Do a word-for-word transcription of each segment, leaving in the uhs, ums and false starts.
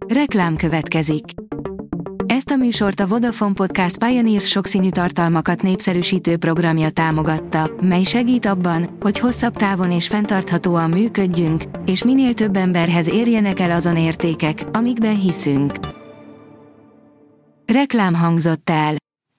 Reklám következik. Ezt a műsort a Vodafone Podcast Pioneers sokszínű tartalmakat népszerűsítő programja támogatta, mely segít abban, hogy hosszabb távon és fenntarthatóan működjünk, és minél több emberhez érjenek el azon értékek, amikben hiszünk. Reklám hangzott el.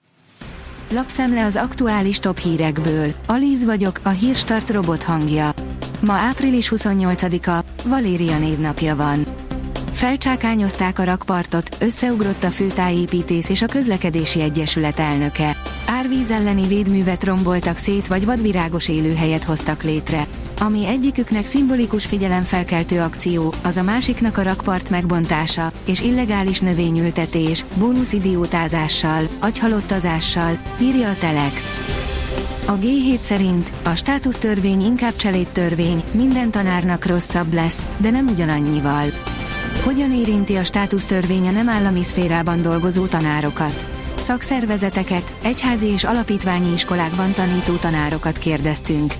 Lapszemle az aktuális top hírekből. Alíz vagyok, a Hírstart robot hangja. Ma április huszonnyolcadika, Valéria névnapja van. Felcsákányozták a rakpartot, összeugrott a főtájépítész és a közlekedési egyesület elnöke. Árvíz elleni védművet romboltak szét vagy vadvirágos élőhelyet hoztak létre. Ami egyiküknek szimbolikus figyelemfelkeltő akció, az a másiknak a rakpart megbontása, és illegális növényültetés, bónuszidiótázással, agyhalottazással, írja a Telex. A gé hét szerint a státusztörvény inkább cselédtörvény, minden tanárnak rosszabb lesz, de nem ugyanannyival. Hogyan érinti a státusztörvény a nem állami szférában dolgozó tanárokat? Szakszervezeteket, egyházi és alapítványi iskolákban tanító tanárokat kérdeztünk.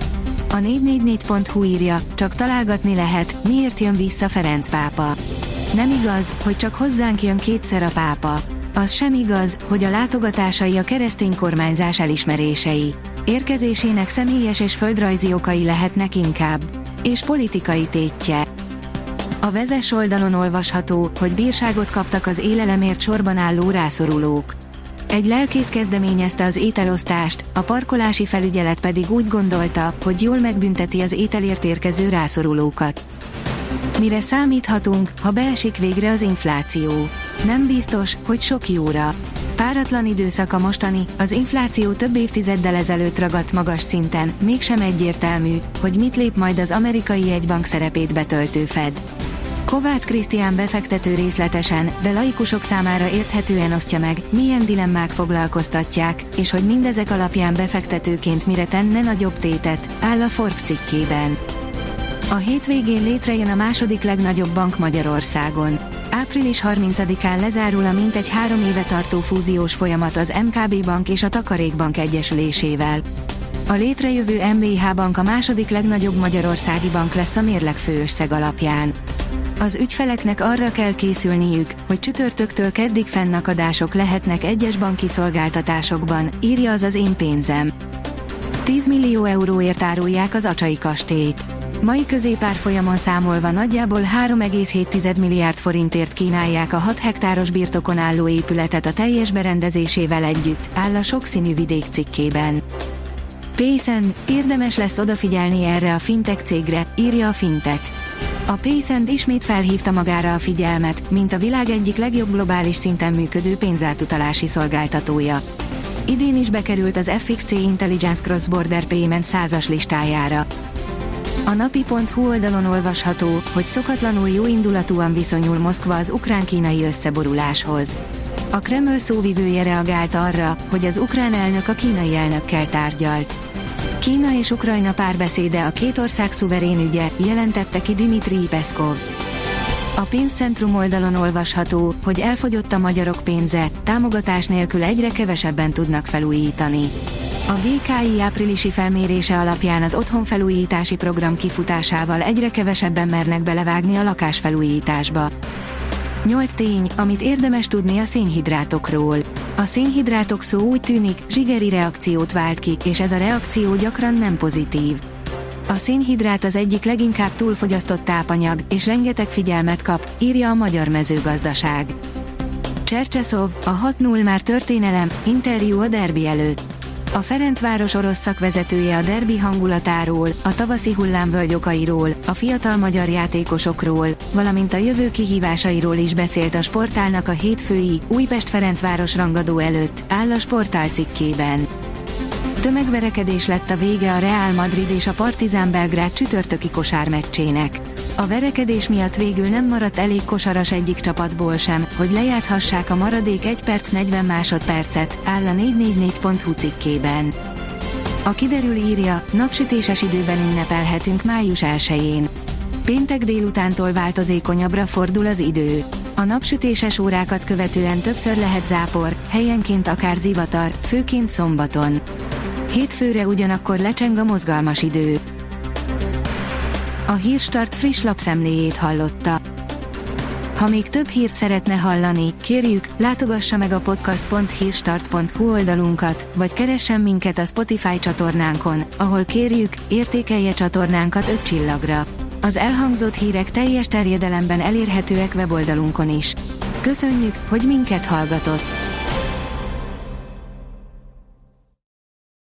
A négy négy négy pont hu írja, csak találgatni lehet, miért jön vissza Ferenc pápa. Nem igaz, hogy csak hozzánk jön kétszer a pápa. Az sem igaz, hogy a látogatásai a keresztény kormányzás elismerései. Érkezésének személyes és földrajzi okai lehetnek inkább. És politikai tétje. A Vezes oldalon olvasható, hogy bírságot kaptak az élelemért sorban álló rászorulók. Egy lelkész kezdeményezte az ételosztást, a parkolási felügyelet pedig úgy gondolta, hogy jól megbünteti az ételért érkező rászorulókat. Mire számíthatunk, ha beesik végre az infláció? Nem biztos, hogy sok jóra. Páratlan időszak a mostani, az infláció több évtizeddel ezelőtt ragadt magas szinten, mégsem egyértelmű, hogy mit lép majd az amerikai jegybank szerepét betöltő Fed. Kovács Krisztián befektető részletesen, de laikusok számára érthetően osztja meg, milyen dilemmák foglalkoztatják, és hogy mindezek alapján befektetőként mire tenne nagyobb tétet, áll a Forbes cikkében. A hétvégén létrejön a második legnagyobb bank Magyarországon. április harmincadikán lezárul a mintegy három éve tartó fúziós folyamat az em ká bé Bank és a Takarékbank egyesülésével. A létrejövő em bé há Bank a második legnagyobb magyarországi bank lesz a mérleg főösszeg alapján. Az ügyfeleknek arra kell készülniük, hogy csütörtöktől keddig fennakadások lehetnek egyes banki szolgáltatásokban, írja az az Én pénzem. tíz millió euróért árulják az Acsai kastélyt. Mai középárfolyamon számolva nagyjából három egész hét milliárd forintért kínálják a hat hektáros birtokon álló épületet a teljes berendezésével együtt, áll a Sokszínű Vidék cikkében. Paysend, érdemes lesz odafigyelni erre a fintech cégre, írja a Fintech. A Paysend ismét felhívta magára a figyelmet, mint a világ egyik legjobb globális szinten működő pénzátutalási szolgáltatója. Idén is bekerült az ef iksz cé Intelligence Cross Border Payment százas listájára. A napi pont hu oldalon olvasható, hogy szokatlanul jóindulatúan viszonyul Moszkva az ukrán-kínai összeboruláshoz. A Kreml szóvivője reagált arra, hogy az ukrán elnök a kínai elnökkel tárgyalt. Kína és Ukrajna párbeszéde a két ország szuverén ügye, jelentette ki Dmitrij Peszkov. A pénzcentrum oldalon olvasható, hogy elfogyott a magyarok pénze, támogatás nélkül egyre kevesebben tudnak felújítani. A gé ká i áprilisi felmérése alapján az otthonfelújítási program kifutásával egyre kevesebben mernek belevágni a lakásfelújításba. nyolc tény, amit érdemes tudni a szénhidrátokról. A szénhidrátok szó úgy tűnik, zsigeri reakciót vált ki, és ez a reakció gyakran nem pozitív. A szénhidrát az egyik leginkább túlfogyasztott tápanyag, és rengeteg figyelmet kap, írja a Magyar Mezőgazdaság. Csercseszov, a hat null már történelem, interjú a derbi előtt. A Ferencváros orosz szakvezetője a derbi hangulatáról, a tavaszi hullámvölgy okairól, a fiatal magyar játékosokról, valamint a jövő kihívásairól is beszélt a Sportálnak a hétfői Újpest-Ferencváros rangadó előtt, áll a Sportál cikkében. Tömegverekedés lett a vége a Real Madrid és a Partizán Belgrád csütörtöki kosármeccsének. A verekedés miatt végül nem maradt elég kosaras egyik csapatból sem, hogy lejáthassák a maradék egy perc negyven másodpercet, áll a négy négy négy pont hu cikkében. A Kiderül írja, napsütéses időben ünnepelhetünk május elsején. Péntek délutántól változékonyabbra fordul az idő. A napsütéses órákat követően többször lehet zápor, helyenként akár zivatar, főként szombaton. Hétfőre ugyanakkor lecseng a mozgalmas idő. A Hírstart friss lapszemléjét hallotta. Ha még több hírt szeretne hallani, kérjük, látogassa meg a podcast pont hírstart pont hu oldalunkat, vagy keressen minket a Spotify csatornánkon, ahol kérjük, értékelje csatornánkat öt csillagra. Az elhangzott hírek teljes terjedelemben elérhetőek weboldalunkon is. Köszönjük, hogy minket hallgatott!